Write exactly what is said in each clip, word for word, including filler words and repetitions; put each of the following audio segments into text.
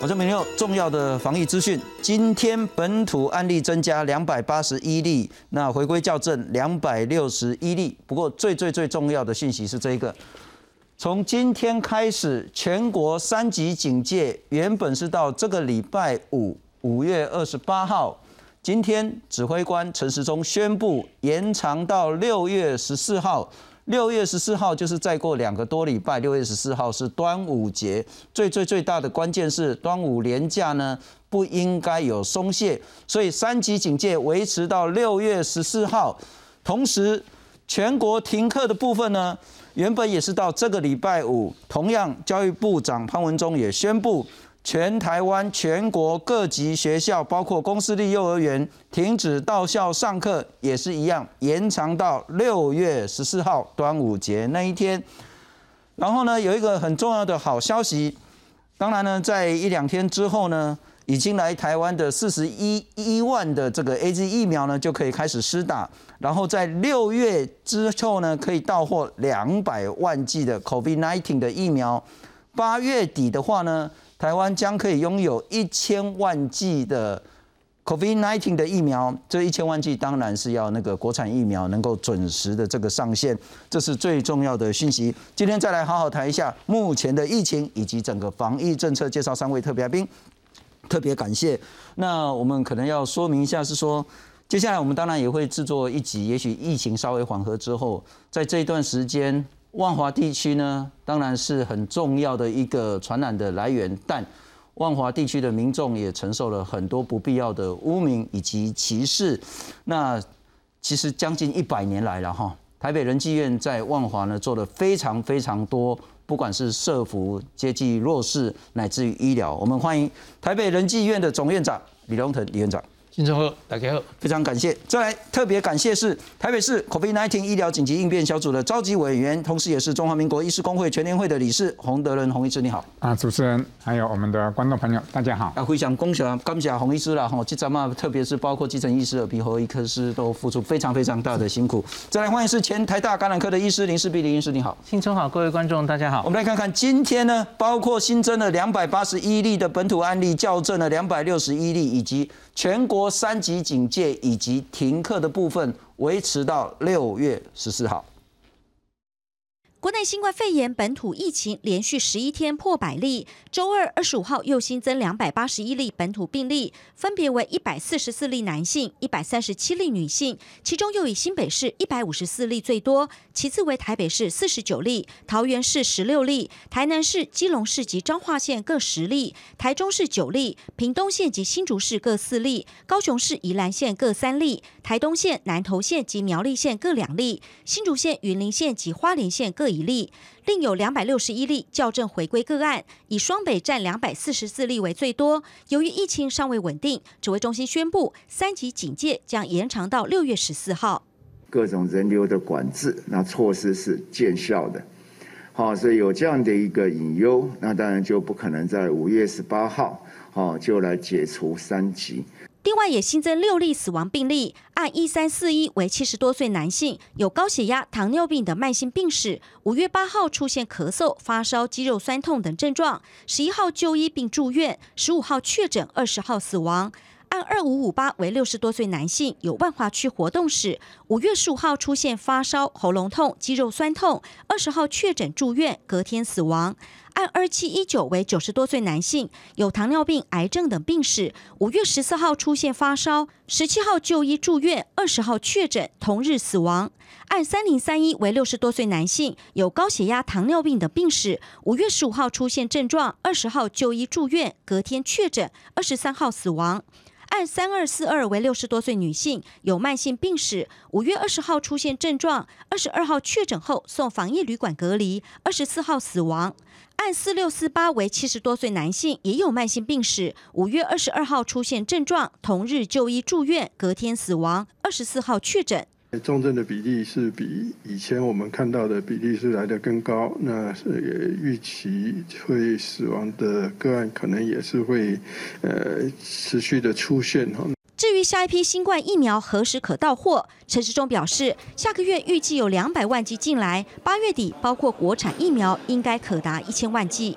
我这边有重要的防疫资讯。今天本土案例增加两百八十一例，那回归校正两百六十一例。不过最最最重要的讯息是这个：从今天开始，全国三级警戒原本是到这个礼拜五，五月二十八号。今天指挥官陈时中宣布延长到六月十四号。六月十四号就是再过两个多礼拜，六月十四号是端午节。最最最大的关键是端午连假呢不应该有松懈，所以三级警戒维持到六月十四号。同时，全国停课的部分呢，原本也是到这个礼拜五。同样，教育部长潘文忠也宣布，全台湾全国各级学校，包括公私立幼儿园，停止到校上课，也是一样，延长到六月十四号端午节那一天。然后呢，有一个很重要的好消息，当然呢，在一两天之后呢，已经来台湾的四十一万的这个 A Z 疫苗呢，就可以开始施打。然后在六月之后呢，可以到货两百万剂的 COVID 十九 的疫苗。八月底的话呢，台湾将可以拥有一千万剂的 COVID 十九 的疫苗，这一千万剂当然是要那个国产疫苗能够准时的这个上线，这是最重要的讯息。今天再来好好谈一下目前的疫情以及整个防疫政策，介绍三位特别来宾，特别感谢。那我们可能要说明一下，是说接下来我们当然也会制作一集，也许疫情稍微缓和之后，在这一段时间。万华地区呢，当然是很重要的一个传染的来源，但万华地区的民众也承受了很多不必要的污名以及歧视。那其实将近一百年来了哈，台北仁济院在万华呢做了非常非常多，不管是社福、接济弱势，乃至于医疗。我们欢迎台北仁济院的总院长李荣腾李院长。 新春好，大家好， 非常感谢。再来特别感谢是台北市 COVID 十九 医疗紧急应变小组的召集委员，同时也是中华民国医师公会全联会的理事洪德仁洪医师，你好。 啊，主持人还有我们的观众朋友，大家好。 啊，非常恭喜啊，感谢洪医师啦，吼，这阵啊，特别是包括基层医师、耳鼻喉医科师都付出非常非常大的辛苦。再来欢迎是前台大感染科的医师林世璧林医师，你好。 新春好，各位观众大家好。 我们来看看今天呢，包括新增了两百八十一例的本土案例，校正了两百六十一例，以及全国三级警戒以及停课的部分维持到六月十四号。 国内新冠肺炎本土疫情连续十一天破百例，周二二十五号又新增两百八十一例本土病例，分别为一百四十四例男性、一百三十七例女性，其中又以新北市一百五十四例最多，其次为台北市四十九例、桃园市十六例、台南市、基隆市及彰化县各十例、台中市九例、屏东县及新竹市各四例、高雄市宜兰县各三例、台东县、南投县及苗栗县各两例、新竹县、云林县及花莲县各一例，另有两百六十一例校正回归个案，以双北占两百四十四例为最多。由于疫情尚未稳定，指挥中心宣布三级警戒将延长到六月十四号。 各种人流的管制，那措施是见效的。好，所以有这样的一个隐忧，那当然就不可能在五月十八号，好就来解除三级。 另外也新增六例死亡病例，按一三四一为七十多岁男性，有高血压、糖尿病的慢性病史。五月八号出现咳嗽、发烧、肌肉酸痛等症状，十一号就医并住院，十五号确诊，二十号死亡。按二五五八为六十多岁男性，有万华区活动史，五月十五号出现发烧、喉咙痛、肌肉酸痛，二十号确诊住院，隔天死亡。按二七一九为九十多岁男性，有糖尿病、癌症等病史，五月十四号出现发烧，十七号就医住院，二十号确诊，同日死亡。按三零三一为六十多岁男性，有高血压、糖尿病等病史，五月十五号出现症状，二十号就医住院，隔天确诊，二十三号死亡。按三二四二为六十多岁女性，有慢性病史，五月二十号出现症状，二十二号确诊后送防疫旅馆隔离，二十四号死亡。按四六四八为七十多岁男性，也有慢性病史，五月二十二号出现症状，同日就医住院，隔天死亡，二十四号确诊。 重症的比例是比以前我们看到的比例是来得更高，那是也预期会死亡的个案可能也是会呃持续的出现。 至于下一批新冠疫苗何时可到货，陈时中表示，下个月预计有两百万剂进来，八月底包括国产疫苗应该可达一千万剂。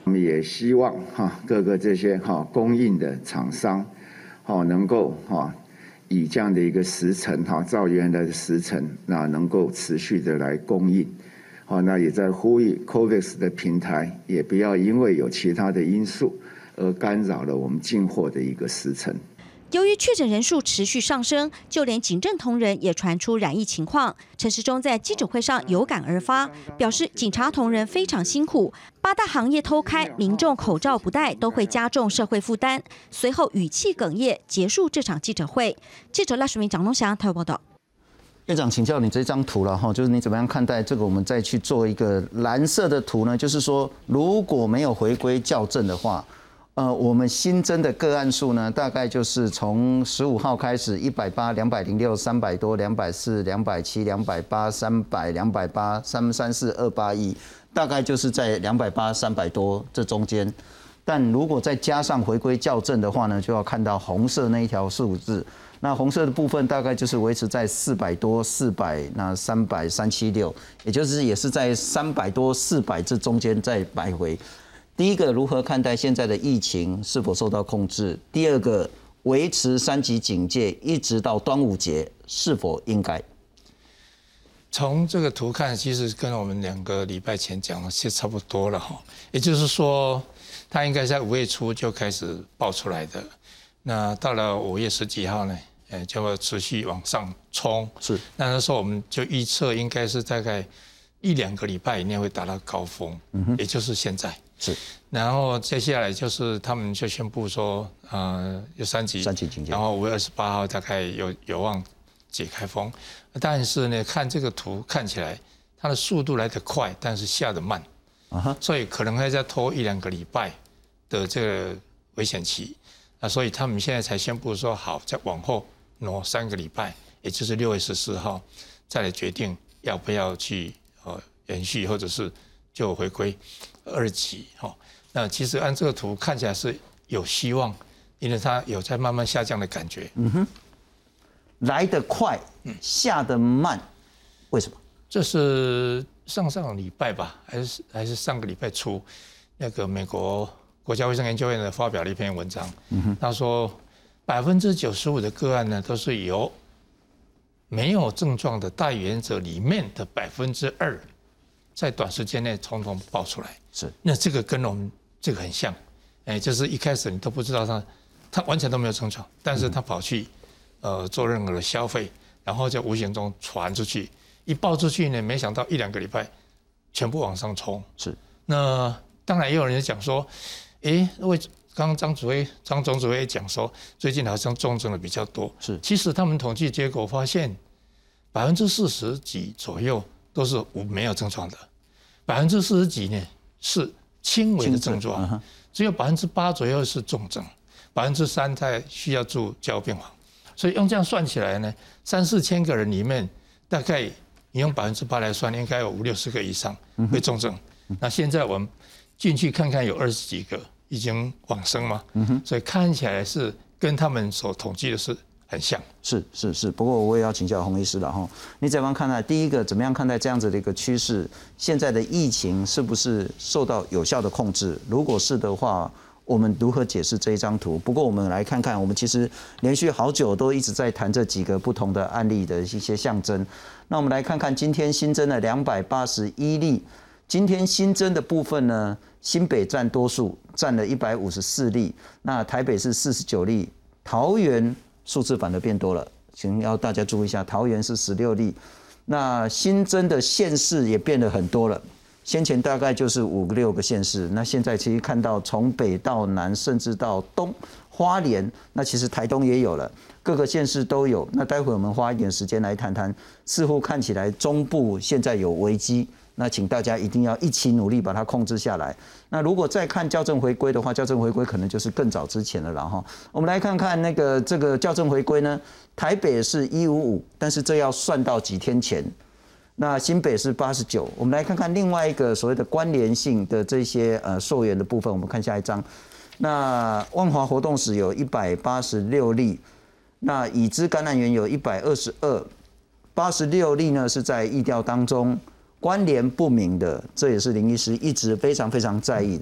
我们也希望哈各个这些哈供应的厂商，哈能够哈以这样的一个时程哈照原来的时程，那能够持续的来供应。好，那也在呼吁 C O V A X 的平台也不要因为有其他的因素而干扰了我们进货的一个时程。 由于确诊人数持续上升，就连警政同仁也传出染疫情况。陈时中在记者会上有感而发，表示警察同仁非常辛苦，八大行业偷开，民众口罩不戴都会加重社会负担。随后语气哽咽，结束这场记者会。记者赖淑明、蒋东祥台湾报道。 院长，请教你这张图了哈，就是你怎么样看待这个？我们再去做一个蓝色的图呢？就是说，如果没有回归校正的话，呃，我们新增的个案数呢，大概就是从十五号开始，一百八、两百零六、三百多、两百四、两百七、两百八、三百、两百八、三三四二八一，大概就是在两百八、三百多这中间。但如果再加上回归校正的话呢，就要看到红色那一条数字。那红色的部分大概就是维持在四百多、四百、那三百、三七六，也就是也是在三百多、四百这中间在徘徊。第一个，如何看待现在的疫情是否受到控制？第二个，维持三级警戒一直到端午节是否应该？ 从这个图看，其实跟我们两个礼拜前讲的是差不多了哈。也就是说，它应该在五月初就开始爆出来的。那到了五月十几号呢，呃，就会持续往上冲。是。那那时候我们就预测应该是大概一两个礼拜以内会达到高峰，嗯哼，也就是现在。是。然后接下来就是他们就宣布说，呃，有三级，三级警戒。然后五月二十八号大概有有望解开封，但是呢，看这个图看起来它的速度来得快，但是下得慢，啊哈，所以可能会再拖一两个礼拜的这个危险期。那所以他们现在才宣布说好，再往后挪三个礼拜，也就是六月十四号，再来决定要不要去呃延续，或者是就回归二级哈。那其实按这个图看起来是有希望，因为它有在慢慢下降的感觉。嗯哼， 来得快，下得慢，为什么？ 这是上上个礼拜吧，还是还是上个礼拜初，那个美国国家卫生研究院的发表了一篇文章，嗯、他说百分之九十五的个案呢都是由没有症状的带原者里面的百分之二，在短时间内统统爆出来。是，那这个跟我们这个很像，哎，就是一开始你都不知道他，他完全都没有症状，但是他跑去呃做任何的消费，然后就无形中传出去，一爆出去呢，没想到一两个礼拜全部往上冲。是，那当然也有人讲说，哎，为刚刚张主委、张总主委也讲说，最近好像重症的比较多。是，其实他们统计结果发现，百分之四十几左右都是无没有症状的，百分之四十几呢是轻微的症状，嗯、只有百分之八左右是重症，百分之三才需要住加护病房。所以用这样算起来呢，三四千个人里面，大概你用百分之八来算，应该有五六十个以上会重症。嗯、那现在我们进去看看，有二十几个已经往生嘛，嗯、所以看起来是跟他们所统计的是很像。 是是是，不过我也要请教洪医师了哈，你怎么样看待？第一个，怎么样看待这样子的一个趋势？现在的疫情是不是受到有效的控制？如果是的话，我们如何解释这一张图？不过我们来看看，我们其实连续好久都一直在谈这几个不同的案例的一些象征。那我们来看看今天新增了两百八十一例。今天新增的部分呢，新北占多数，占了一百五十四例。那台北是四十九例，桃园数字反而变多了，请要大家注意一下，桃园是十六例。那新增的县市也变得很多了。先前大概就是五六个县市，那现在其实看到从北到南，甚至到东花莲，那其实台东也有了，各个县市都有。那待会我们花一点时间来谈谈，似乎看起来中部现在有危机，那请大家一定要一起努力把它控制下来。那如果再看校正回归的话，校正回归可能就是更早之前的了哈。我们来看看那个这个校正回归呢，台北是一五五，但是这要算到几天前。那新北是八十九，我们来看看另外一个所谓的关联性的这些呃溯源的部分，我们看下一章。那万华活动史有一百八十六例，那已知感染源有一百二十二，八十六例呢是在疫调当中，关联不明的，这也是林医师一直非常非常在意的。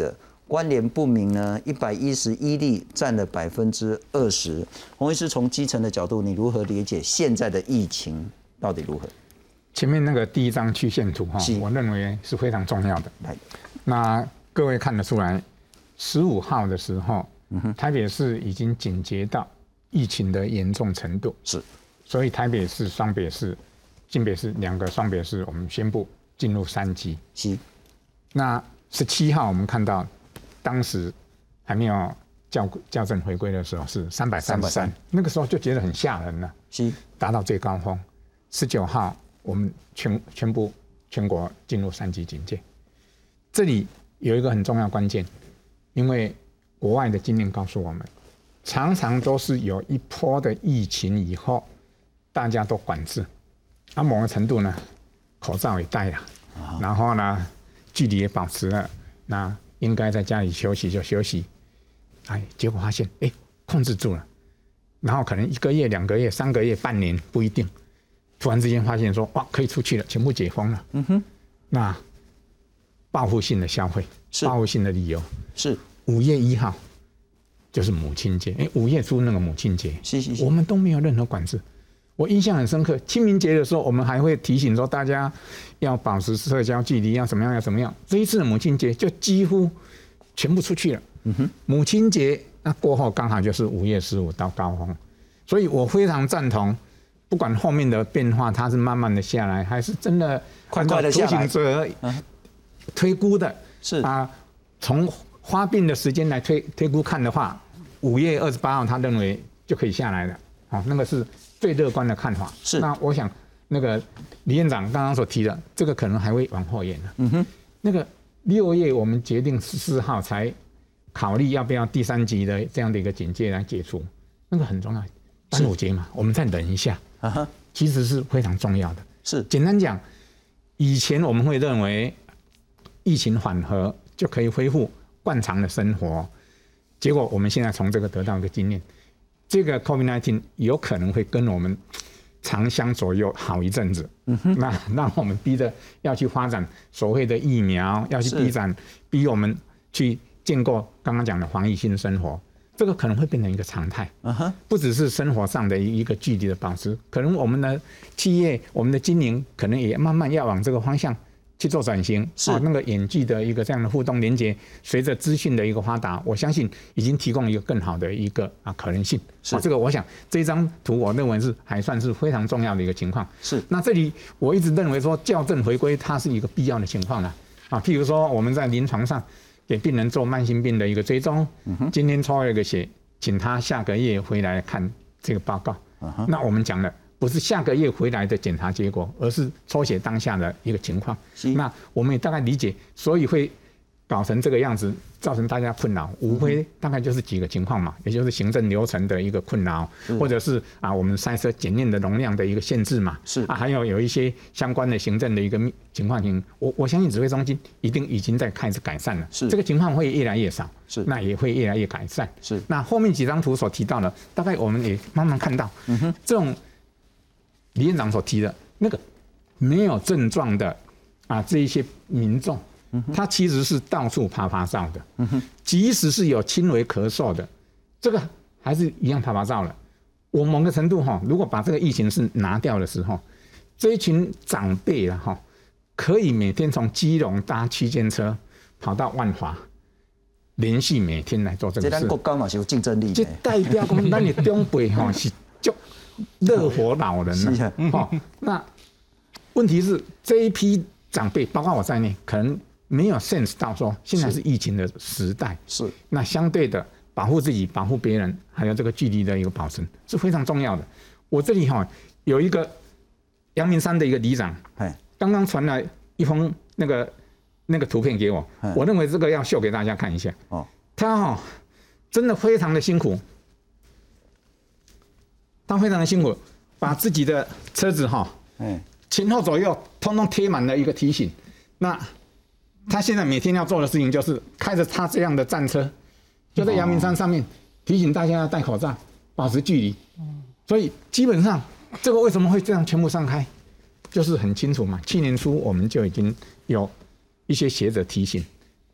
关联不明呢，一百一十一例，占了百分之二十。洪医师从基层的角度，你如何理解现在的疫情到底如何？ 前面那个第一张曲线图哈，我认为是非常重要的。那各位看得出来，十五号的时候，台北市已经警觉到疫情的严重程度， 是， 所以台北市、双北市、新北市两个双北市，我们宣布进入三级。 是。 那十七号我们看到，当时还没有校校正回归的时候是三百三十三，那个时候就觉得很吓人了， 是达到最高峰。十九号我们全全部全国进入三级警戒。这里有一个很重要关键，因为国外的经验告诉我们，常常都是有一波的疫情以后，大家都管制，啊，某个程度呢，口罩也戴了，然后呢，距离也保持了，那应该在家里休息就休息，哎，结果发现，哎，控制住了，然后可能一个月、两个月、三个月、半年不一定。突然之间发现说，哇，可以出去了，全部解封了。嗯哼，那报复性的消费，报复性的理由是五月一号，就是母亲节。哎，五月初那个母亲节， 是是是， 我们都没有任何管制。我印象很深刻，清明节的时候，我们还会提醒说大家要保持社交距离，要怎么样，要怎么样。这一次的母亲节就几乎全部出去了。嗯哼，母亲节那过后刚好就是五月十五到高峰，所以我非常赞同。不管后面的变化，它是慢慢的下来，还是真的快快的下来， 者推估的是啊，从发病的时间来推推估看的话，五月二十八号他认为就可以下来了，好，那个是最乐观的看法。 是， 那我想那个李院长刚刚所提的，这个可能还会往后延的。嗯哼，那个六月我们决定十四号才考虑要不要第三级的这样的一个警戒来解除，那个很重要。端午节嘛，我们再忍一下。啊哈，其实是非常重要的。 是， 简单讲，以前我们会认为疫情缓和就可以恢复惯常的生活，结果我们现在从这个得到一个经验，这个 COVID 十九 有可能会跟我们长相左右好一阵子。嗯哼，那让我们逼着要去发展所谓的疫苗，要去逼展，逼我们去建构刚刚讲的防疫性生活。这个可能会变成一个常态，不只是生活上的一个距离的保持，可能我们的企业、我们的经营，可能也慢慢要往这个方向去做转型。是、哦、那个远距的一个这样的互动连接，随着资讯的一个发达，我相信已经提供一个更好的一个啊可能性。是、哦、这个，我想这张图我认为是还算是非常重要的一个情况。是，那这里我一直认为说校正回归它是一个必要的情况了啊，譬如说我们在临床上。给病人做慢性病的一个追踪，今天抽了一个血，请他下个月回来看这个报告。那我们讲的不是下个月回来的检查结果，而是抽血当下的一个情况。那我们也大概理解，所以会搞成这个样子，造成大家困扰，无非大概就是几个情况嘛，也就是行政流程的一个困扰，或者是啊我们塞车检验的容量的一个限制嘛，是啊，还有有一些相关的行政的一个情况型，我我相信指挥中心一定已经在开始改善了，是这个情况会越来越少，是那也会越来越改善，是那后面几张图所提到的，大概我们也慢慢看到，嗯哼，这种李院长所提的那个没有症状的啊这一些民众。他其实是到处趴趴照的，即使是有轻微咳嗽的，这个还是一样趴趴照了。我某个程度哈，如果把这个疫情是拿掉的时候，这一群长辈了哈，可以每天从基隆搭区间车跑到万华，连续每天来做这个事。 这咱国家嘛是有竞争力的。 这代表讲咱的长辈哈是就热火老人了，哈。那问题是这一批长辈，包括我在内，可能。没有 sense 到说现在是疫情的时代，是那相对的保护自己、保护别人，还有这个距离的一个保持是非常重要的。我这里哈有一个阳明山的一个里长，刚刚传来一封那个那个图片给我，我认为这个要秀给大家看一下。哦，他哈真的非常的辛苦，他非常的辛苦，把自己的车子哈，前后左右通通贴满了一个提醒。那他现在每天要做的事情就是开着他这样的战车，就在阳明山上面提醒大家要戴口罩、保持距离。所以基本上这个为什么会这样全部上开，就是很清楚嘛。去年初我们就已经有一些学者提醒，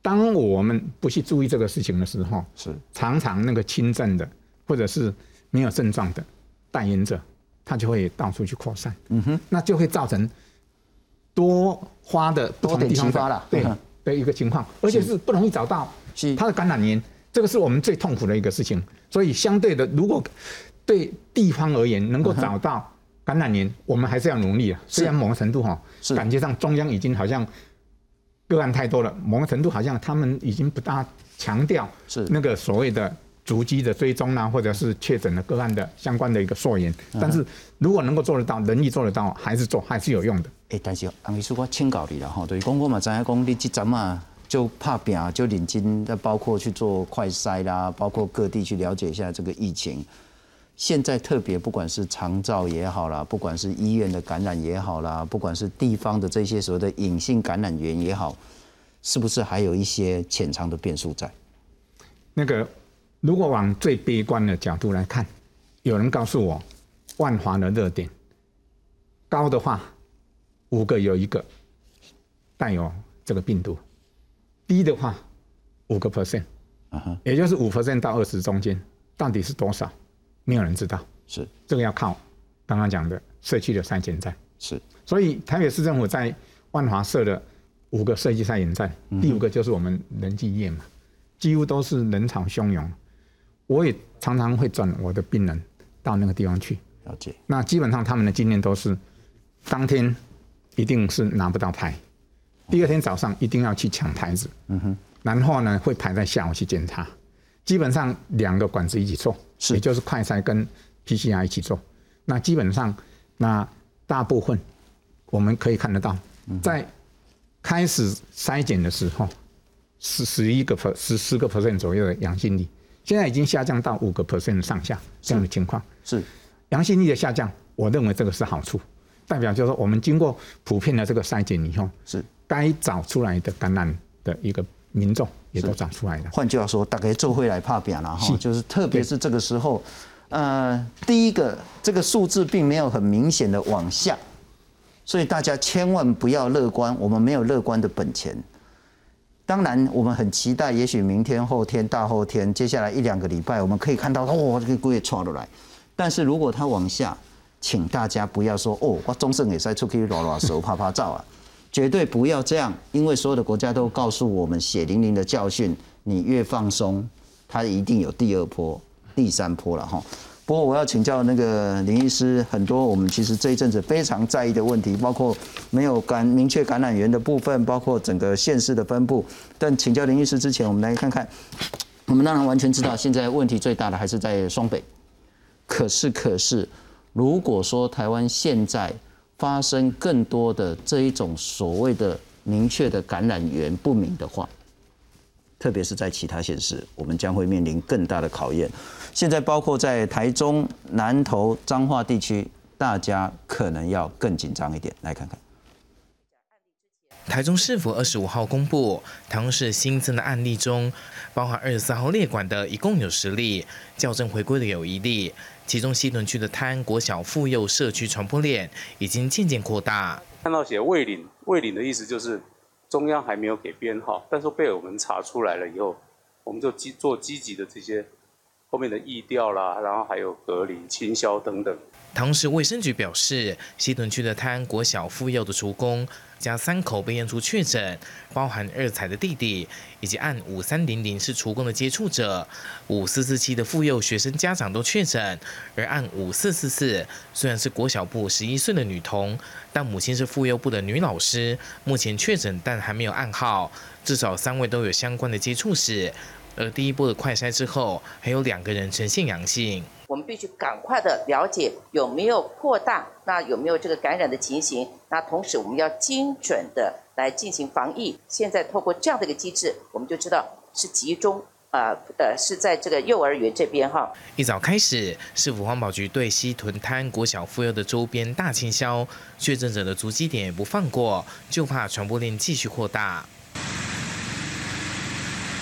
当我们不去注意这个事情的时候， 是常常那个轻症的或者是没有症状的带源者，他就会到处去扩散，嗯哼，那就会造成多花的不同地方的对的一个情况，而且是不容易找到它的感染源，这个是我们最痛苦的一个事情。所以相对的，如果对地方而言能够找到感染源，我们还是要努力的。虽然某个程度哈，感觉上中央已经好像个案太多了，某个程度好像他们已经不大强调那个所谓的足迹的追踪啊，或者是确诊的个案的相关的一个溯源。但是如果能够做得到，能力做得到，还是做还是有用的。 哎、欸，但是洪医师，我请教你啦吼，就是讲我嘛知影讲你这阵啊就拍拼就认真，包括去做快筛啦，包括各地去了解一下这个疫情。现在特别不管是长照也好啦，不管是医院的感染也好啦，不管是地方的这些所谓的隐性感染源也好，是不是还有一些潜藏的变数在？ 那个，如果往最悲观的角度来看，有人告诉我，万华的热点高的话，五个有一个带有这个病毒；低的话，五个 percent， 也就是五 percent 到二十中间，到底是多少？没有人知道， 是这个要靠刚刚讲的社区的筛检站。 是， 所以台北市政府在万华设了五个社区筛检站，嗯、第五个就是我们仁济医院嘛，几乎都是人潮汹涌。我也常常会转我的病人到那个地方去， 了解。 那基本上他们的经验都是，当天一定是拿不到牌，第二天早上一定要去抢牌子，嗯哼，然后呢会排在下午去检查。基本上两个管子一起做，也就是快筛跟 P C R 一起做。那基本上，那大部分我们可以看得到，在开始筛检的时候，十十一个 per 十四个 percent 左右的阳性率，现在已经下降到五个 percent 上下这样的情况。 是阳性率的下降，我认为这个是好处，代表就是说我们经过普遍的这个筛检以后，是该找出来的感染的一个民众。也都长出来了。 换句话说，大概做回来怕扁了哈，就是特别是这个时候，呃，第一个这个数字并没有很明显的往下，所以大家千万不要乐观，我们没有乐观的本钱。当然，我们很期待，也许明天、后天、大后天，接下来一两个礼拜，我们可以看到哦，这个股也创了来。但是如果它往下，请大家不要说哦，我中盛也在出去拉拉手、拍拍照啊。绝对不要这样，因为所有的国家都告诉我们血淋淋的教训，你越放松，它一定有第二波、第三波了哈。不过我要请教那个林医师，很多我们其实这一阵子非常在意的问题，包括没有感明确感染源的部分，包括整个县市的分布。但请教林医师之前，我们来看看，我们当然完全知道现在问题最大的还是在双北，可是可是，如果说台湾现在发生更多的这一种所谓的明确的感染源不明的话，特别是在其他县市，我们将会面临更大的考验。现在包括在台中、南投、彰化地区，大家可能要更紧张一点。来看看。 台中市府二十五号公布，台中市新增的案例中，包含二十四号列管的一共有十例，校正回归的有一例。其中西屯区的泰安国小妇幼社区传播链已经渐渐扩大。 看到写未领，未领的意思就是中央还没有给编号，但是被我们查出来了以后，我们就积做积极的这些后面的疫调啦，然后还有隔离、清消等等。 台中市卫生局表示，西屯区的泰安国小妇幼的厨工加三口被验出确诊，包含二采的弟弟，以及按五三零零是厨工的接触者。五四四七的妇幼学生家长都确诊，而按五四四四虽然是国小部十一岁的女童，但母亲是妇幼部的女老师，目前确诊但还没有暗号，至少三位都有相关的接触史。而第一波的快筛之后，还有两个人呈现阳性。 我们必须赶快的了解有没有扩大，那有没有这个感染的情形，那同时我们要精准的来进行防疫。现在透过这样的一个机制，我们就知道是集中呃呃是在这个幼儿园这边哈。 一早开始，市府环保局对西屯泰安国小妇幼的周边大清消，确诊者的足迹点也不放过，就怕传播链继续扩大。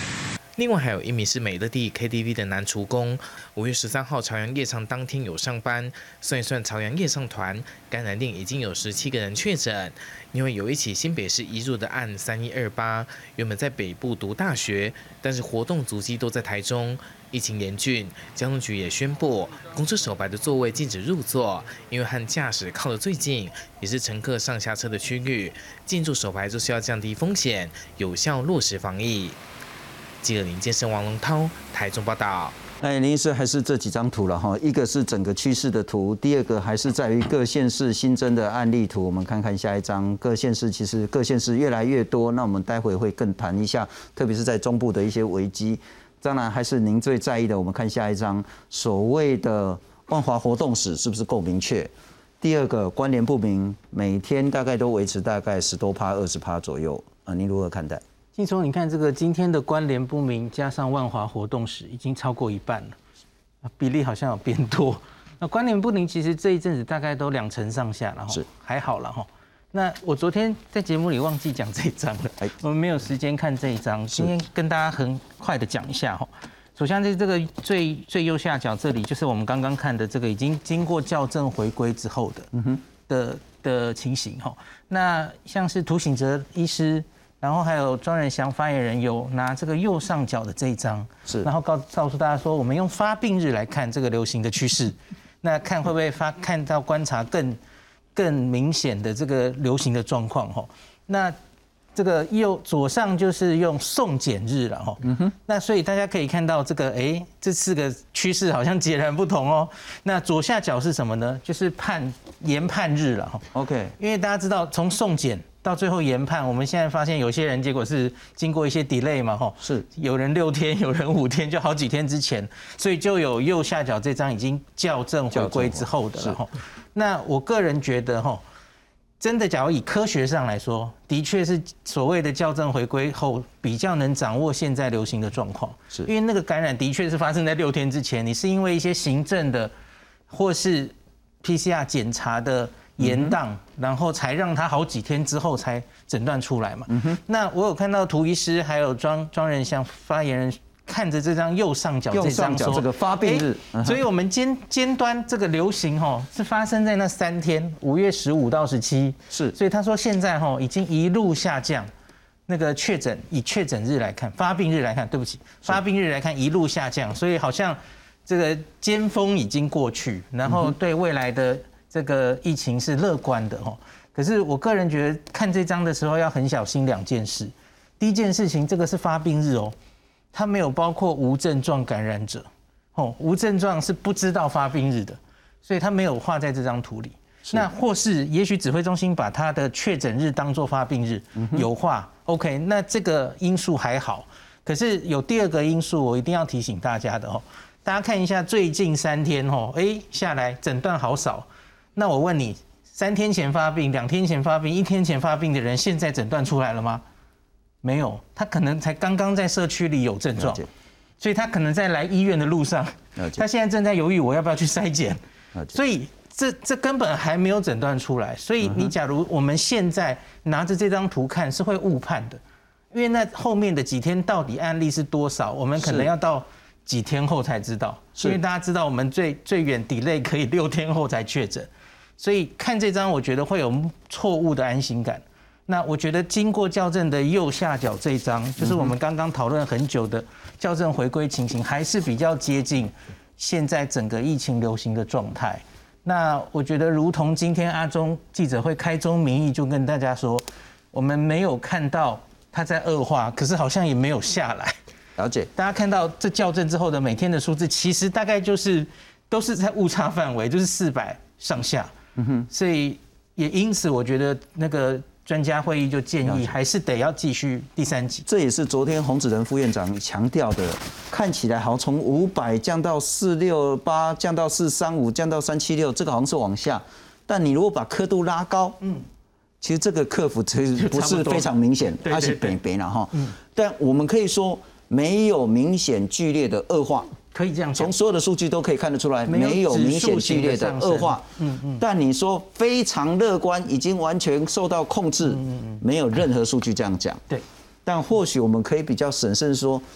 另外还有一名是美乐蒂 K T V 的男厨工，五月十三号朝阳夜唱当天有上班，算一算朝阳夜唱团感染令已经有十七个人确诊。因为有一起新北市移入的案三一二八，原本在北部读大学，但是活动足迹都在台中。疫情严峻，交通局也宣布，公车手排的座位禁止入座，因为和驾驶靠得最近，也是乘客上下车的区域，进驻手排就是要降低风险，有效落实防疫。记者林建生、王龙涛，台中报道。 哎，林医师还是这几张图了哈，一个是整个趋势的图，第二个还是在于各县市新增的案例图。我们看看下一张，各县市其实各县市越来越多，那我们待会会更谈一下，特别是在中部的一些危机。当然还是您最在意的，我们看下一张，所谓的万华活动史是不是够明确？第二个关联不明，每天大概都维持大概十多趴、二十趴左右啊，您如何看待？ 信聪，你看这个今天的关联不明加上万华活动史已经超过一半了，比例好像有变多。那关联不明其实这一阵子大概都两成上下了，是还好了哈。那我昨天在节目里忘记讲这一章了，我们没有时间看这一章，今天跟大家很快的讲一下哈。首先在这个最最右下角这里，就是我们刚刚看的这个已经经过校正回归之后的嗯哼的的情形哈。那像是涂醒哲医师，然后还有庄仁祥发言人有拿这个右上角的这一张，是，然后告告诉大家说，我们用发病日来看这个流行的趋势，那看会不会发看到观察更。更明显的这个流行的状况哈，那这个右左上就是用送检日了哈，嗯哼，那所以大家可以看到这个哎、欸，这四个趋势好像截然不同哦。那左下角是什么呢？就是判研判日了哈 ，OK， 因为大家知道从送检到最后研判，我们现在发现有些人结果是经过一些 delay 嘛哈，是有人六天，有人五天，就好几天之前，所以就有右下角这张已经校正回归之后的了哈。那我个人觉得哈，真的，假如以科学上来说，的确是所谓的校正回归后比较能掌握现在流行的状况，是因为那个感染的确是发生在六天之前，你是因为一些行政的或是 P C R 检查的延宕，嗯、然后才让他好几天之后才诊断出来嘛。嗯、那我有看到涂医师还有庄庄仁祥发言人。看着这张右上角这张说， 这个发病日， 欸、所以我们尖尖端这个流行哈是发生在那三天，五月十五到十七，是，所以他说现在哈已经一路下降，那个确诊以确诊日来看，发病日来看，对不起，发病日来看一路下降，所以好像这个尖峰已经过去，然后对未来的这个疫情是乐观的哈。可是我个人觉得看这张的时候要很小心两件事，第一件事情，这个是发病日哦。它没有包括无症状感染者，哦，无症状是不知道发病日的，所以它没有画在这张图里。那或是也许指挥中心把它的确诊日当作发病日，有画 ，OK， 那这个因素还好。可是有第二个因素，我一定要提醒大家的哦，大家看一下最近三天哦，哎下来诊断好少。那我问你，三天前发病、两天前发病、一天前发病的人，现在诊断出来了吗？没有，他可能才刚刚在社区里有症状，所以他可能在来医院的路上，他现在正在犹豫我要不要去筛检，所以这这根本还没有诊断出来。所以你假如我们现在拿着这张图看，是会误判的，因为那后面的几天到底案例是多少，我们可能要到几天后才知道。因为大家知道我们最最远 delay 可以六天后才确诊，所以看这张我觉得会有错误的安心感。那我觉得经过校正的右下角这一张，就是我们刚刚讨论很久的校正回归情形，还是比较接近现在整个疫情流行的状态。那我觉得，如同今天阿中记者会开宗明义就跟大家说，我们没有看到它在恶化，可是好像也没有下来。 了解。 大家看到这校正之后的每天的数字，其实大概就是都是在误差范围，就是四百上下。嗯哼。所以也因此，我觉得那个。专家会议就建议，还是得要继续第三级。 这也是昨天洪子仁副院长强调的，看起来好从五百降到四六八，降到四三五，降到三七六，这个好像是往下。但你如果把刻度拉高，嗯，其实这个克服其实不是非常明显，它是北北了哈。但我们可以说没有明显剧烈的恶化。 可以这样， 从所有的数据都可以看得出来，没有明显剧烈的恶化。嗯嗯。但你说非常乐观，已经完全受到控制，没有任何数据这样讲。 对。 但或许我们可以比较审慎说，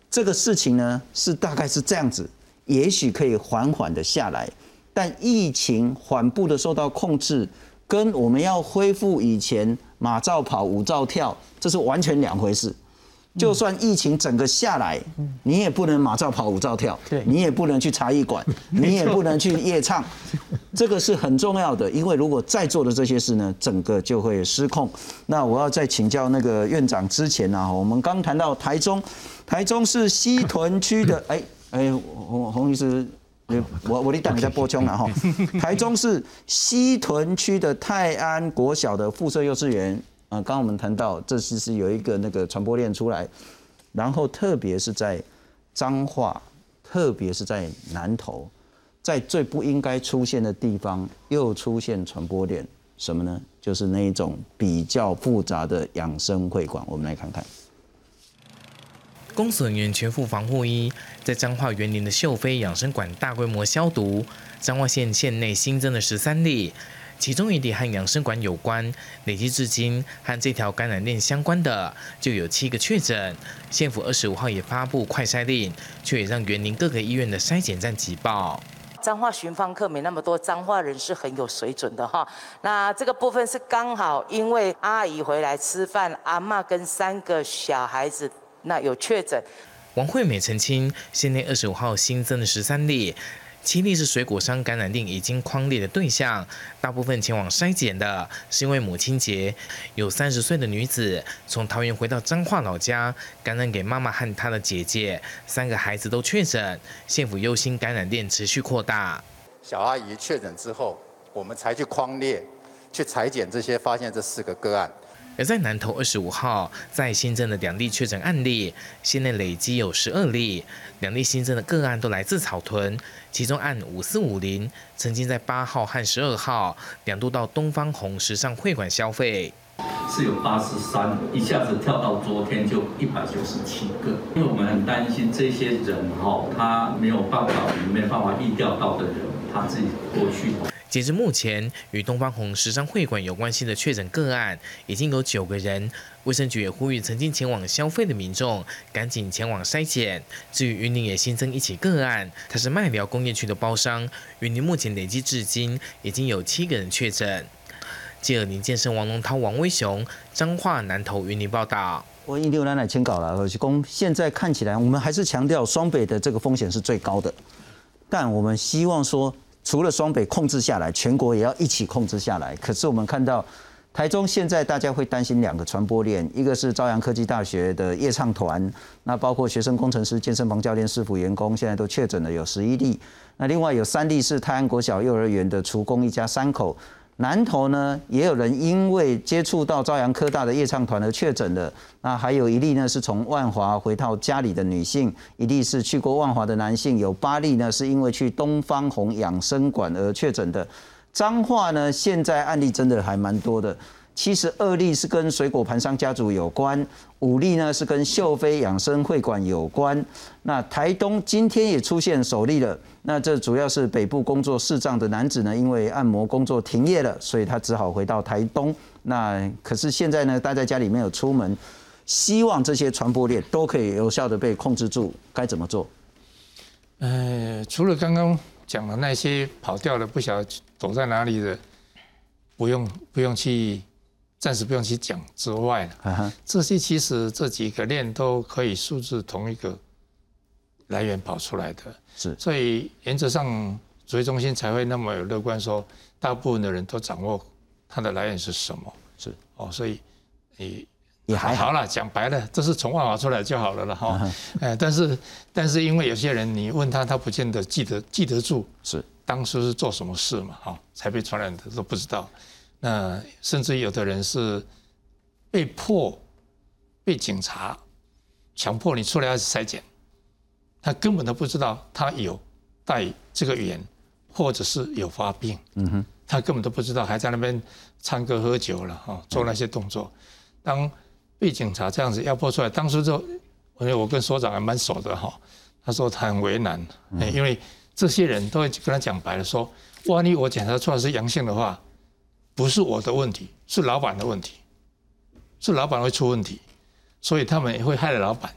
这个事情呢是大概是这样子，也许可以缓缓的下来，但疫情缓步的受到控制，跟我们要恢复以前马照跑，舞照跳，这是完全两回事。就算疫情整个下来，你也不能马照跑，舞照跳，你也不能去茶艺馆，你也不能去夜唱，这个是很重要的。因为如果再做的这些事呢，整个就会失控。那我要再请教那个院长之前啊，我们刚谈到台中，台中是西屯区的，哎哎，洪洪医师。我我你等一下播充了哈，台中市西屯区的泰安国小的附设幼稚园啊，刚刚我们谈到，这其实有一个那个传播链出来，然后特别是在彰化，特别是在南投，在最不应该出现的地方又出现传播链，什么呢？就是那一种比较复杂的养生会馆，我们来看看。 公所人员全副防护衣，在彰化园林的秀飞养生馆大规模消毒。彰化县县内新增了十三例，其中一例和养生馆有关，累计至今和这条感染链相关的就有七个确诊。县府二十五号也发布快筛令，却也让园林各个医院的筛检站挤爆。 彰化巡访客没那么多，彰化人是很有水准的哈。那这个部分是刚好因为阿姨回来吃饭，阿嬷跟三个小孩子。那有确诊， 王惠美澄清，县内二十五号新增了十三例，七例是水果商感染令已经匡列的对象，大部分前往筛检的是因为母亲节，有三十岁的女子从桃园回到彰化老家，感染给妈妈和她的姐姐，三个孩子都确诊，县府忧心感染链持续扩大。 小阿姨确诊之后，我们才去匡列，去裁剪这些，发现这四个个案。 而在南投二十五号，在新增的两例确诊案例，县内累积有十二例，两例新增的个案都来自草屯，其中案五四五零曾经在八号和十二号两度到东方红时尚会馆消费， 是有八十三，一下子跳到昨天就一百九十七个，因为我们很担心这些人哈，他没有办法，没有办法预料到的人，他自己过去。 截至目前，与东方红时尚会馆有关系的确诊个案已经有九个人。卫生局也呼吁曾经前往消费的民众赶紧前往筛检。至于云林也新增一起个案，他是麦寮工业区的包商，云林目前累计至今已经有七个人确诊。记者林建生、王龙涛、王威雄，彰化南投云林报道。 我一定来来签稿了，而且公现在看起来，我们还是强调双北的这个风险是最高的，但我们希望说。除了双北控制下来，全国也要一起控制下来。可是我们看到，台中现在大家会担心两个传播链，一个是朝阳科技大学的夜唱团，那包括学生工程师、健身房教练、市府员工，现在都确诊了有十一例。那另外有三例是泰安国小幼儿园的厨工一家三口。南投呢，也有人因为接触到朝阳科大的夜唱团而确诊的。那还有一例呢，是从万华回到家里的女性；一例是去过万华的男性。有八例呢，是因为去东方红养生馆而确诊的。彰化呢，现在案例真的还蛮多的。七十二例是跟水果盘商家族有关，五例呢是跟秀飞养生会馆有关。那台东今天也出现首例了，那这主要是北部工作视障的男子呢，因为按摩工作停业了，所以他只好回到台东。那可是现在呢，待在家里没有出门，希望这些传播链都可以有效的被控制住，该怎么做？ 呃，除了刚刚讲的那些跑掉了不晓得躲在哪里的，不用不用去。暂时不用去讲之外了，这些其实这几个链都可以数字同一个来源跑出来的， 是， 所以原则上指挥中心才会那么有乐观说，大部分的人都掌握它的来源是什么， 是， 哦，所以也也还好了，讲白了，这是从万华出来就好了了哈，哎，但是但是因为有些人你问他，他不见得记得记得住， 是， 当初是做什么事嘛，哈，才被传染的都不知道。那甚至有的人是被迫被警察强迫你出来要筛检，他根本都不知道他有带这个源，或者是有发病，嗯哼，他根本都不知道，还在那边唱歌喝酒了哈，做那些动作。当被警察这样子压迫出来，当时就我觉得我跟所长还蛮熟的哈，他说他很为难，因为这些人都会跟他讲白了说，万一我检查出来是阳性的话。不是我的问题，是老板的问题，是老板会出问题，所以他们也会害了老板，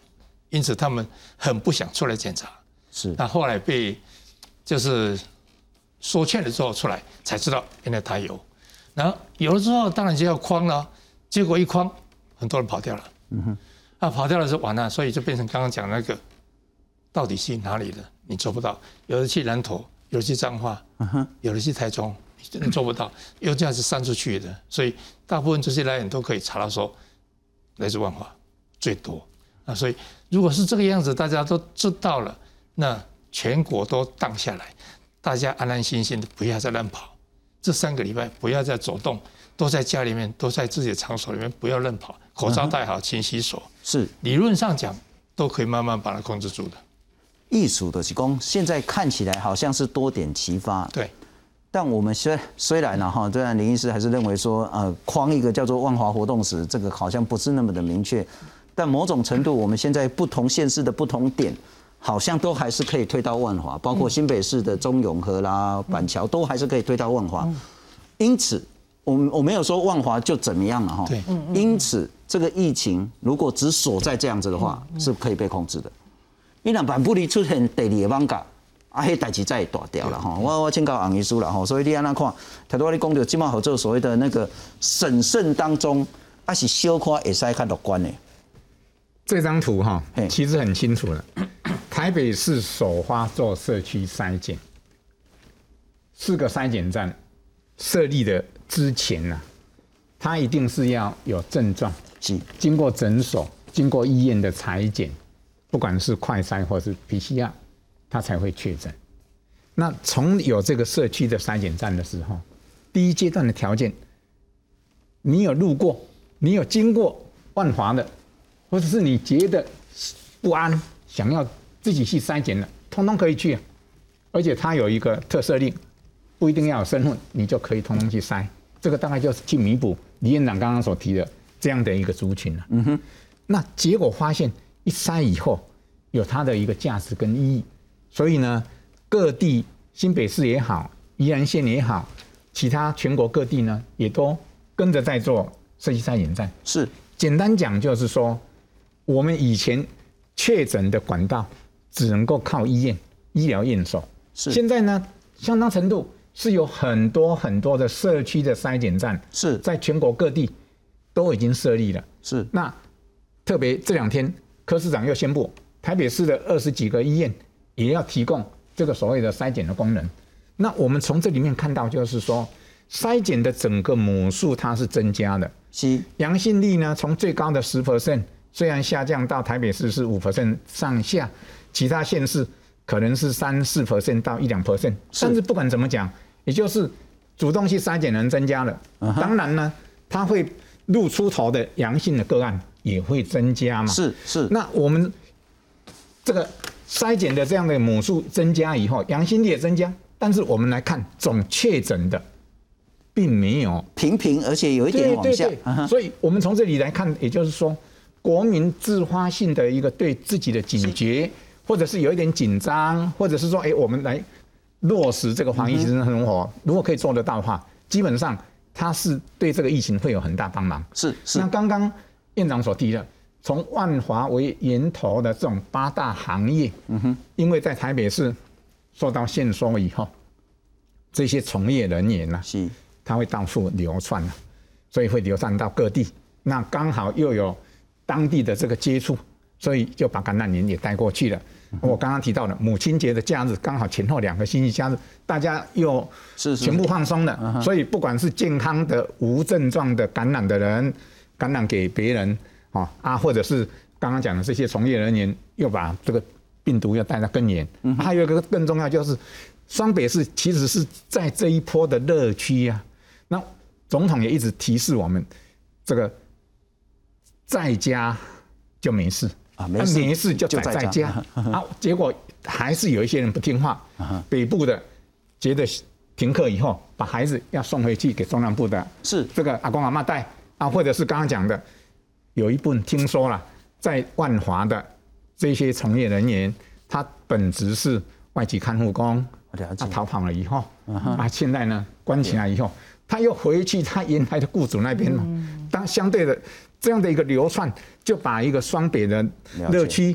因此他们很不想出来检查。 是， 那后来被就是说劝了之后出来，才知道原来他有。然后有了之后，当然就要框了，结果一框，很多人跑掉了。嗯哼，啊，跑掉了就完了，所以就变成刚刚讲那个，到底是哪里的，你做不到。有的去南投，有的去彰化，嗯哼，有的去台中，你真的做不到，又这样子散出去的，所以大部分这些来源都可以查到说，来自万华最多啊。所以如果是这个样子，大家都知道了，那全国都荡下来，大家安安心心的，不要再乱跑。这三个礼拜不要再走动，都在家里面，都在自己的场所里面，不要乱跑，口罩戴好，勤洗手。 是， 理论上讲都可以慢慢把它控制住的。 艺术的是说，现在看起来好像是多点齐发， 对。 但我们虽虽然呢哈，虽然林医师还是认为说，呃，框一个叫做万华活动时，这个好像不是那么的明确，但某种程度，我们现在不同县市的不同点。好像都还是可以推到万华，包括新北市的中永和啦、板桥都还是可以推到万华。因此，我我没有说万华就怎么样了哈。 对。 因此，这个疫情如果只锁在这样子的话，是可以被控制的。因为板布里出现第二个网架，啊，迄代志再大条了哈。我我请教洪医师了哈，所以你安怎看？太多你讲到今麦合作所谓的那个审慎当中，还是小可会使较乐观的。 这张图哈，其实很清楚了。台北市首发做社区筛检，四个筛检站设立的之前呢、啊，它一定是要有症状，经过诊所、经过医院的采检，不管是快筛或是 P C R， 它才会确诊。那从有这个社区的筛检站的时候，第一阶段的条件，你有路过，你有经过万华的。或者是你觉得不安，想要自己去筛检的，通通可以去、啊，而且它有一个特赦令，不一定要有身份，你就可以通通去筛。这个大概就是去弥补李院长刚刚所提的这样的一个族群了、啊。嗯哼，那结果发现一筛以后，有它的一个价值跟意义，所以呢，各地新北市也好，宜兰县也好，其他全国各地呢，也都跟着在做社区筛检站。 是， 简单讲就是说。我们以前确诊的管道只能够靠医院医疗验收，是现在呢，相当程度是有很多很多的社区的筛检站， 是在全国各地都已经设立了。 是那特别这两天，柯市长又宣布，台北市的二十几个医院也要提供这个所谓的筛检的功能。那我们从这里面看到，就是说筛检的整个母数它是增加的， 是阳性率呢从最高的十 percent。虽然下降到台北市是五 percent 上下，其他县市可能是三四 percent 到一两 percent， 但是不管怎么讲，也就是主动去筛检人增加了，当然呢，它会露出头的阳性的个案也会增加嘛。 是是。 那我们这个筛检的这样的母数增加以后，阳性率也增加，但是我们来看总确诊的，并没有平平，而且有一点往下。 对对对，所以我们从这里来看，也就是说。国民自发性的一个对自己的警觉，或者是有一点紧张，或者是说，哎，我们来落实这个防疫生活，如果可以做得到的话，基本上它是对这个疫情会有很大帮忙。 是是。 那刚刚院长所提的，从万华为源头的这种八大行业，嗯哼，因为在台北市受到限缩以后，这些从业人员呢、啊， 是， 他会到处流窜了，所以会流散到各地。那刚好又有当地的这个接触，所以就把感染源也带过去了。我刚刚提到了母亲节的假日，刚好前后两个星期假日，大家又全部放松了，所以不管是健康的、无症状的感染的人，感染给别人啊啊，或者是刚刚讲的这些从业人员，又把这个病毒又带到更远。还有一个更重要就是，双北市其实是在这一波的热区啊。那总统也一直提示我们，这个。在家就没事啊，没事没事就宅在家啊，结果还是有一些人不听话。北部的觉得停课以后，把孩子要送回去给中南部的， 是这个阿公阿嬷带啊，或者是刚刚讲的，有一部分听说了，在万华的这些从业人员，他本职是外籍看护工，他逃跑了以后，啊，现在呢关起来以后，他又回去他原来的雇主那边嘛，当相对的。这样的一个流窜，就把一个双北的热区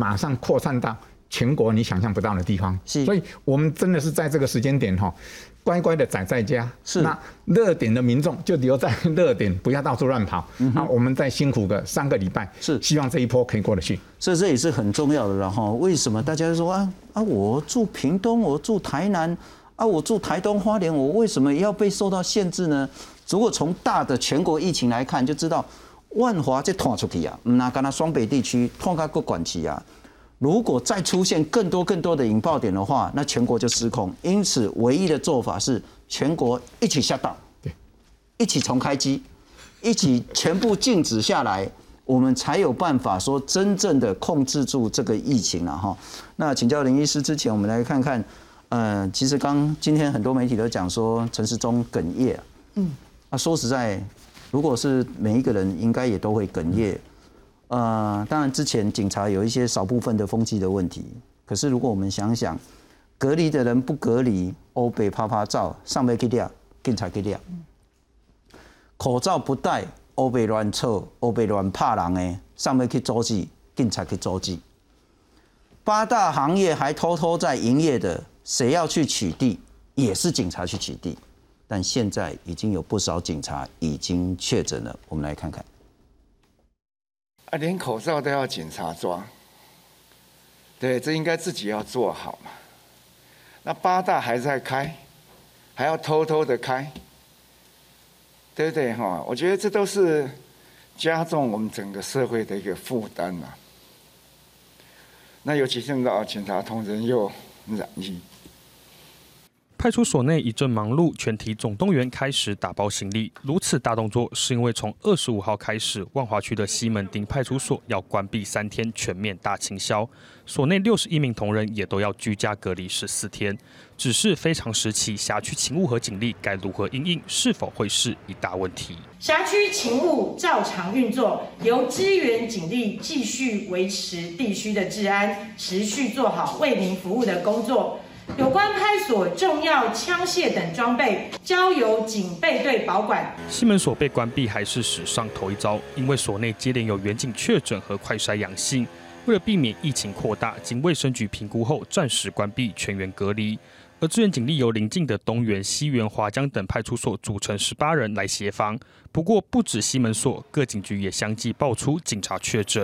马上扩散到全国你想象不到的地方。所以我们真的是在这个时间点哈，乖乖的宅在家。是，那热点的民众就留在热点，不要到处乱跑。嗯、啊，我们再辛苦个三个礼拜，是希望这一波可以过得去。 所以这也是很重要的。然后为什么大家说啊啊，我住屏东，我住台南。啊，我住台东花莲，我为什么要被受到限制呢？如果从大的全国疫情来看，就知道万华这拖出去啊，那刚才双北地区拖开个管期啊，如果再出现更多更多的引爆点的话，那全国就失控。因此，唯一的做法是全国一起下档，对，一起重开机，一起全部静止下来，我们才有办法说真正的控制住这个疫情了哈。那请教林医师之前，我们来看看。呃，其实刚今天很多媒体都讲说陈时中哽咽，嗯，啊，说实在，如果是每一个人，应该也都会哽咽。呃，当然之前警察有一些少部分的风纪的问题，可是如果我们想想，隔离的人不隔离，欧北拍拍照，上面去抓，警察去抓；口罩不戴，欧北乱凑，欧北乱怕人的，上面去阻止，警察去阻止。八大行业还偷偷在营业的。谁要去取缔，也是警察去取缔，但现在已经有不少警察已经确诊了。我们来看看， 啊，连口罩都要警察抓，对，这应该自己要做好嘛。那八大还在开，还要偷偷的开，对不对哈？我觉得这都是加重我们整个社会的一个负担呐。那尤其现在警察同仁又染疫。 派出所内一阵忙碌，全体总动员开始打包行李。如此大动作，是因为从二十五号开始，万华区的西门町派出所要关闭三天，全面大清消。所内六十一名同仁也都要居家隔离十四天。只是非常时期，辖区勤务和警力该如何因应，是否会是一大问题？ 辖区勤务照常运作，由支援警力继续维持地区的治安，持续做好为民服务的工作。有关派所重要枪械等装备，交由警备队保管。 西门所被关闭还是史上头一遭，因为所内接连有员警确诊和快筛阳性。为了避免疫情扩大，经卫生局评估后暂时关闭，全员隔离。而支援警力由邻近的东园、西园、华江等派出所组成十八人来协防。不过，不止西门所，各警局也相继爆出警察确诊。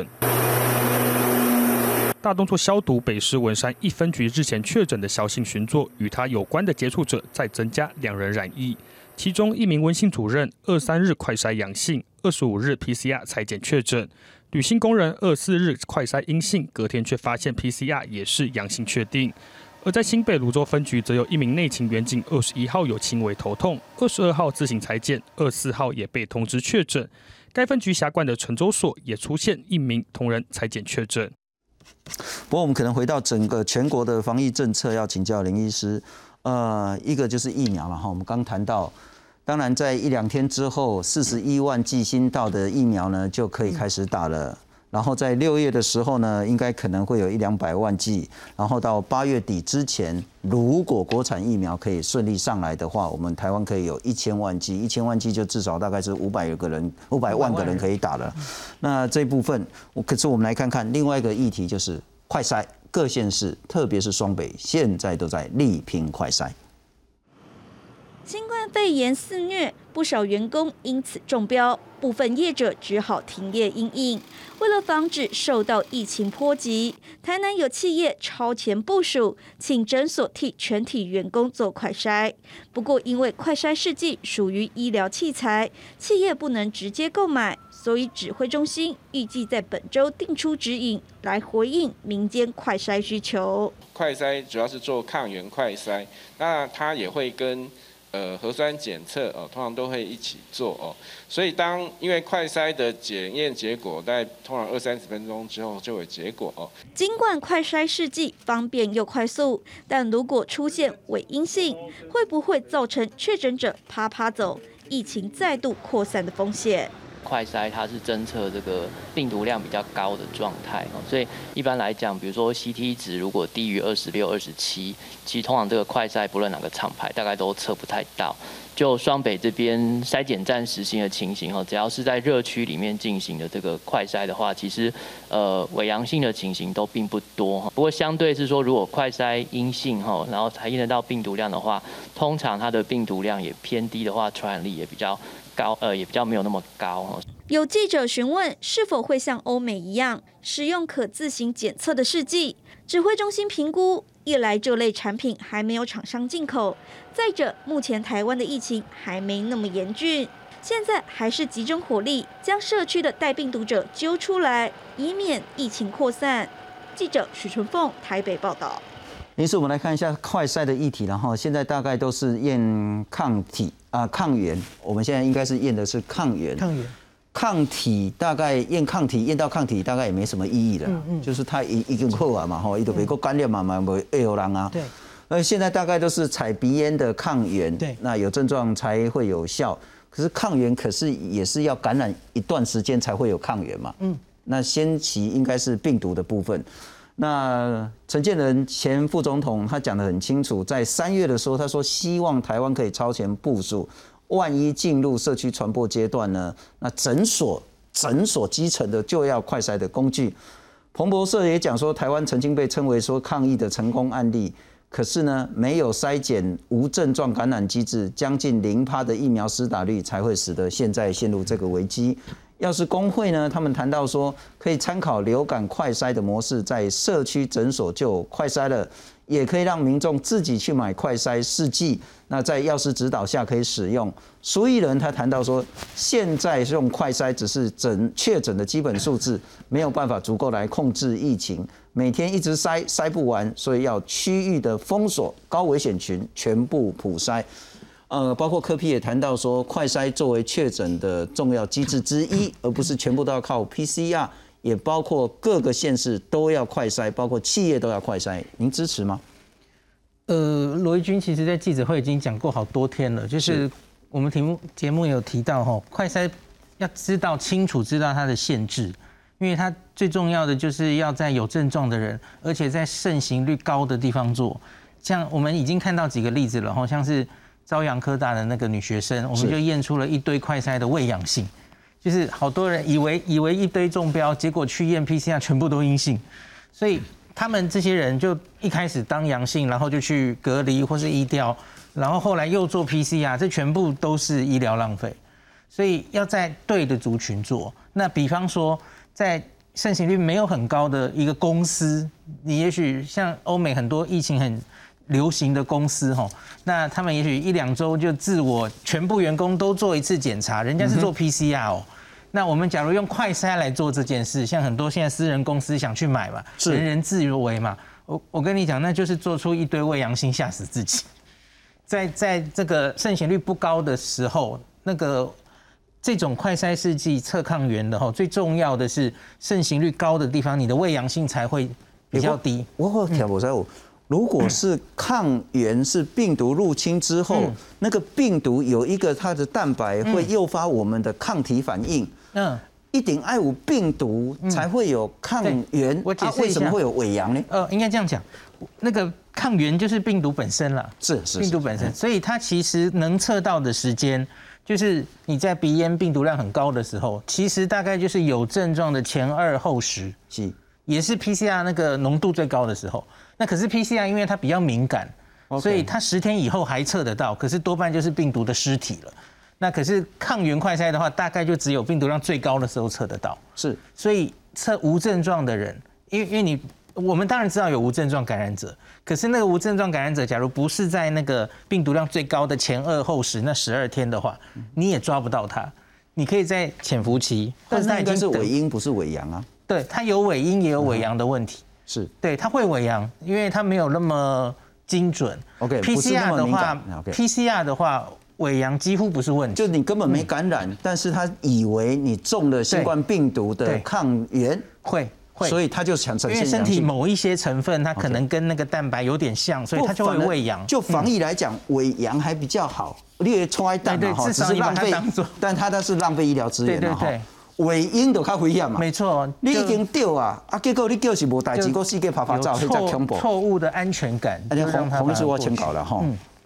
大动作消毒北市文山一分局日前确诊的萧姓巡作，与他有关的接触者再增加两人染疫，其中一名温姓主任二三日快筛阳性，二十五日 P C R 采检确诊；女性工人二四日快筛阴性，隔天却发现 P C R 也是阳性确定。而在新北芦洲分局，则有一名内勤员警二十一号有轻微头痛，二十二号自行采检，二十四号也被通知确诊。该分局辖管的陈州所也出现一名同仁采检确诊。 不过，我们可能回到整个全国的防疫政策，要请教林医师。呃，一个就是疫苗了哈，我们刚谈到，当然在一两天之后，四十一万剂新到的疫苗呢就可以开始打了。然后在六月的时候呢，应该可能会有一两百万剂。然后到八月底之前，如果国产疫苗可以顺利上来的话，我们台湾可以有一千万剂，一千万剂就至少大概是五百个人、五百万个人可以打了。那这部分，可是我们来看看另外一个议题，就是快筛，各县市，特别是双北，现在都在力拼快筛。 新冠肺炎肆虐，不少员工因此中标，部分业者只好停业因应。为了防止受到疫情波及，台南有企业超前部署，请诊所替全体员工做快筛。不过，因为快筛试剂属于医疗器材，企业不能直接购买，所以指挥中心预计在本周定出指引，来回应民间快筛需求。 快筛主要是做抗原快筛，那它也会跟呃，核酸检测哦，通常都会一起做哦，所以当因为快筛的检验结果，大概通常二三十分钟之后就有结果哦。 尽管快筛试剂方便又快速，但如果出现伪阴性，会不会造成确诊者趴趴走，疫情再度扩散的风险？ 快筛它是侦测这个病毒量比较高的状态，所以一般来讲，比如说 C T 值如果低于二十六、二十七，其实通常这个快筛不论哪个厂牌大概都测不太到。 就双北这边筛检站实行的情形，只要是在热区里面进行的这个快筛的话，其实呃伪阳性的情形都并不多。不过相对是说，如果快筛阴性然后才验得到病毒量的话，通常它的病毒量也偏低的话，传染力也比较高，呃也比较没有那么高。 有记者询问是否会像欧美一样使用可自行检测的试剂，指挥中心评估，一来这类产品还没有厂商进口，再者目前台湾的疫情还没那么严峻，现在还是集中火力将社区的带病毒者揪出来，以免疫情扩散。记者许纯凤台北报道。 林师，我们来看一下快筛的议题，然后现在大概都是验抗体啊、呃、抗原，我们现在应该是验的是抗原。抗原。抗体大概验抗体验到抗体大概也没什么意义了，嗯嗯、就是它已已经好啊嘛，吼，伊就袂个感染嘛嘛袂会有人啊。对。那现在大概都是采鼻咽的抗原，对，那有症状才会有效。可是抗原可是也是要感染一段时间才会有抗原嘛，嗯。那先期应该是病毒的部分。那陈建仁前副总统他讲得很清楚，在三月的时候他说希望台湾可以超前部署。万一进入社区传播阶段呢？那诊所、诊所基层的就要快筛的工具。彭博社也讲说，台湾曾经被称为说抗疫的成功案例，可是呢，没有筛检无症状感染机制，将近零趴的疫苗施打率，才会使得现在陷入这个危机。要是工会呢，他们谈到说可以参考流感快筛的模式，在社区诊所就快筛了。也可以让民众自己去买快筛试剂，那在药师指导下可以使用。苏益仁他谈到说，现在用快筛只是诊确诊的基本数字，没有办法足够来控制疫情，每天一直筛筛不完，所以要区域的封锁高危险群全部普筛。呃，包括柯 P 也谈到说，快筛作为确诊的重要机制之一，而不是全部都要靠 P C R。也包括各个县市都要快筛，包括企业都要快筛，您支持吗？ 呃，罗一军其实在记者会已经讲过好多天了，就是我们题目节目有提到哈，快筛要知道清楚知道它的限制，因为它最重要的就是要在有症状的人，而且在盛行率高的地方做。像我们已经看到几个例子了哈，像是朝阳科大的那个女学生，我们就验出了一堆快筛的伪阳性。就是好多人以为以为一堆中标，结果去验 P C R 全部都阴性，所以他们这些人就一开始当阳性，然后就去隔离或是疫调，然后后来又做 P C R， 这全部都是医疗浪费。所以要在对的族群做。那比方说，在盛行率没有很高的一个公司，你也许像欧美很多疫情很流行的公司哈，那他们也许一两周就自我全部员工都做一次检查，人家是做 P C R 哦。那我们假如用快筛来做这件事，像很多现在私人公司想去买嘛，人人自危嘛。我我跟你讲，那就是做出一堆伪阳性，吓死自己。在在这个盛行率不高的时候，那个这种快筛试剂测抗原的哈，最重要的是盛行率高的地方，你的伪阳性才会比较低。 我我听不出如果是抗原是病毒入侵之后，嗯、那个病毒有一个它的蛋白会诱发我们的抗体反应。嗯，一定爱有病毒才会有抗原。 我解释一下、啊， 为什么会有伪阳呢？ 呃，应该这样讲，那个抗原就是病毒本身了， 是是病毒本身，所以它其实能测到的时间，就是你在鼻咽病毒量很高的时候，其实大概就是有症状的前二后十， 是， 也是 P C R 那个浓度最高的时候。那可是 P C R 因为它比较敏感， okay. 所以它十天以后还测得到，可是多半就是病毒的尸体了。那可是抗原快筛的话，大概就只有病毒量最高的时候测得到。 是， 所以测无症状的人，因为因为你我们当然知道有无症状感染者，可是那个无症状感染者，假如不是在那个病毒量最高的前二后十那十二天的话，你也抓不到他。你可以在潜伏期， 但是它应该是伪阴，不是伪阳啊。 对，它有伪阴也有伪阳的问题。 是对，它会伪阳，因为它没有那么精准。 OK，P C R 的话 ，P C R 的话，伪阳几乎不是问题。 就你根本没感染，嗯、但是他以为你中了新冠病毒的抗原， 会会， 所以他就想呈现阳性。 因为身体某一些成分，它可能跟那个蛋白有点像，所以它就会伪阳。 就防疫来讲，伪阳还比较好，你也冲一弹嘛哈，只是浪费，但它那是浪费医疗资源嘛哈。伪阴就较危险嘛， 没错， 你已经丢啊，啊，结果你丢是无代志，个世界拍拍照，那才恐怖。 错误的安全感， 而且洪洪医师我请教了哈，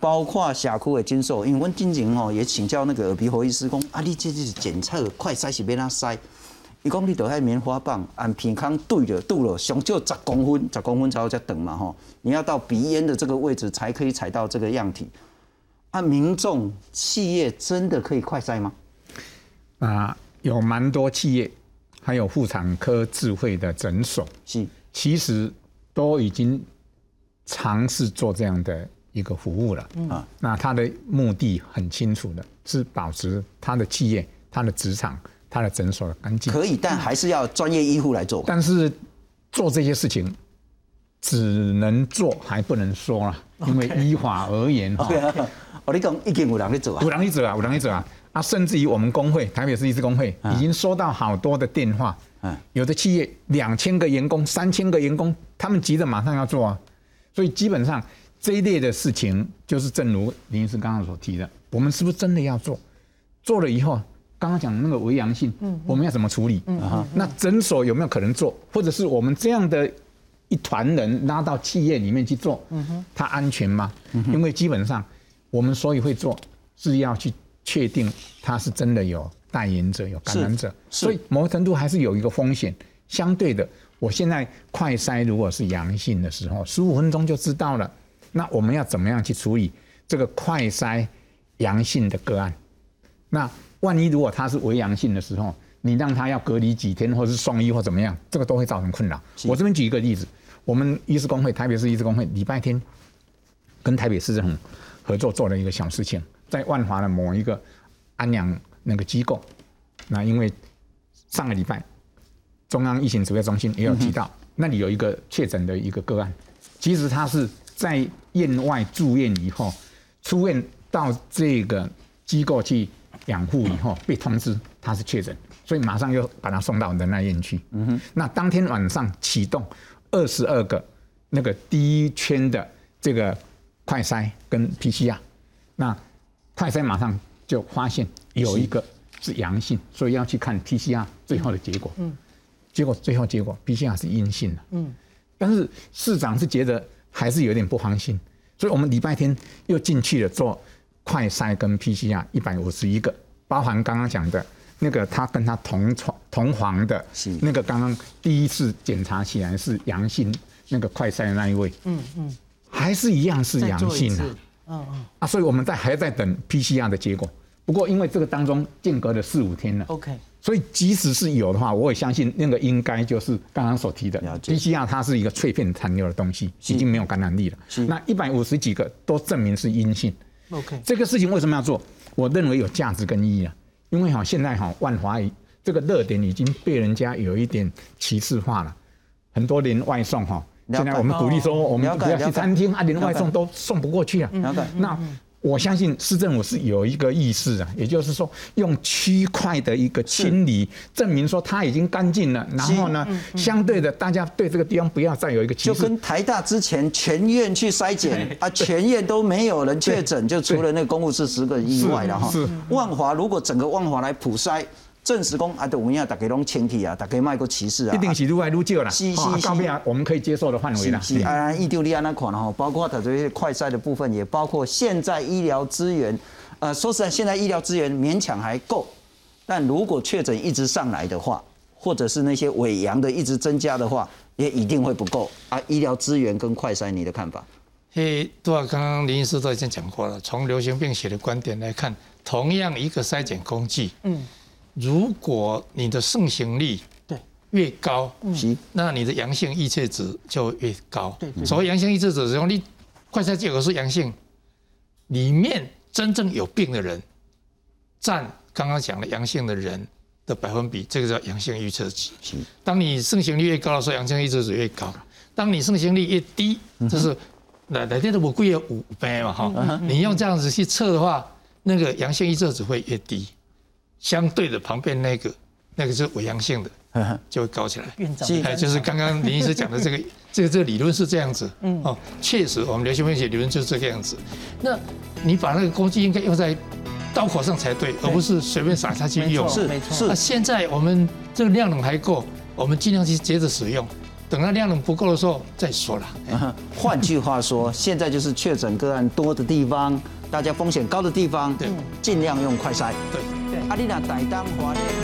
包括社区的诊所，因为阮之前吼也请教那个耳鼻喉医师讲，啊，你这是检测快筛是要哪筛？伊讲你着迄棉花棒按鼻孔对着堵了，上少十公分，十公分才有才等嘛吼。你要到鼻咽的这个位置才可以采到这个样体。啊，民众企业真的可以快筛吗？ 啊，有蛮多企业，还有妇产科智慧的诊所， 是其实都已经尝试做这样的一个服务了。啊，那它的目的很清楚的，是保持它的企业、它的职场。他的诊所的干净可以，但还是要专业医护来做。 但是做这些事情只能做还不能说啦，因为依法而言哈。 哦，你讲已经有人在做啊？ 有人在做啊，有人在做啊。啊，甚至于我们工会台北市医师工会已经收到好多的电话，有的企业两千个员工、三千个员工，他们急着马上要做啊。所以基本上这一类的事情，就是正如林医师刚刚所提的，我们是不是真的要做？做了以后。刚刚讲那个微阳性，嗯，我们要怎么处理？嗯，嗯那诊所有没有可能做，或者是我们这样的一团人拉到企业里面去做，嗯哼，它安全吗？嗯、因为基本上我们所以会做，是要去确定它是真的有带原者、有感染者，所以某个程度还是有一个风险。相对的，我现在快筛如果是阳性的时候，十五分钟就知道了。那我们要怎么样去处理这个快筛阳性的个案？那万一如果他是微阳性的时候，你让他要隔离几天，或是送医或怎么样，这个都会造成困扰。我这边举一个例子，我们医师工会台北市医师工会礼拜天跟台北市政府合作做了一个小事情，在万华的某一个安养那个机构，那因为上个礼拜中央疫情指挥中心也有提到，嗯、那里有一个确诊的一个个案，其实他是在院外住院以后，出院到这个机构去。养护以后被通知他是确诊，所以马上又把他送到仁爱院去。嗯哼，那当天晚上启动二十二个那个第一圈的这个快筛跟 P C R， 那快筛马上就发现有一个是阳性，所以要去看 P C R 最后的结果。嗯，结果最后结果 P C R 是阴性的。嗯，但是市长是觉得还是有点不放心，所以我们礼拜天又进去了做。快筛跟 P C R 一百五十一个，包含刚刚讲的那个他跟他同床同房的那个刚刚第一次检查起来是阳性那个快筛的那一位，嗯嗯，还是一样是阳性的，嗯嗯啊，所以我们在还在等 P C R 的结果。不过因为这个当中间隔了四五天了 ，OK， 所以即使是有的话，我也相信那个应该就是刚刚所提的 P C R， 它是一个脆片残留的东西，已经没有感染力了。那一百五十几个都证明是阴性。 OK， 这个事情为什么要做？我认为有价值跟意义啊，因为哈现在哈万华这个热点已经被人家有一点歧视化了，很多连外送哈，现在我们鼓励说我们不要去餐厅啊，连外送都送不过去啊。那我相信市政府是有一个意识啊，也就是说用区块的一个清理，证明说它已经干净了，然后呢，相对的大家对这个地方不要再有一个歧视。 就跟台大之前全院去筛检啊，全院都没有人确诊，就除了那个公务室十个意外了哈。万华如果整个万华来普筛。证实讲啊，就有影大家拢清气啊，大家卖个歧视啊， 一定是愈来愈少啦。 是是是， 到尾啊，我们可以接受的范围啦。 是啊，依照你安那看哈，包括它这些快筛的部分，也包括现在医疗资源。呃，说实在，现在医疗资源勉强还够，但如果确诊一直上来的话，或者是那些伪阳的一直增加的话，也一定会不够啊。医疗资源跟快筛，你的看法？ 诶，对啊，刚刚林医师都已经讲过了。从流行病学的观点来看，同样一个筛检工具，嗯。如果你的盛行率对越高，嗯，那你的阳性预测值就越高。对，所谓阳性预测值，用你快筛结果是阳性，里面真正有病的人占刚刚讲的阳性的人的百分比，这个叫阳性预测值。当你盛行率越高的时候，阳性预测值越高；当你盛行率越低，就是来来电的我贵有五倍嘛哈，你用这样子去测的话，那个阳性预测值会越低。相对的旁边那个那个是伪阳性的，就会高起来。哎，就是刚刚林医师讲的这个这个这个理论是这样子。嗯，哦，确实我们流行病学理论就是这个样子。那你把那个工具应该用在刀口上才对，而不是随便撒下去用。 是没错。 那现在我们这个量能还够，我们尽量去接着使用。 等到量能不够的时候再说了。 换句话说，现在就是确诊个案多的地方，大家风险高的地方，对，尽量用快筛。 对。 啊，你若台东花莲。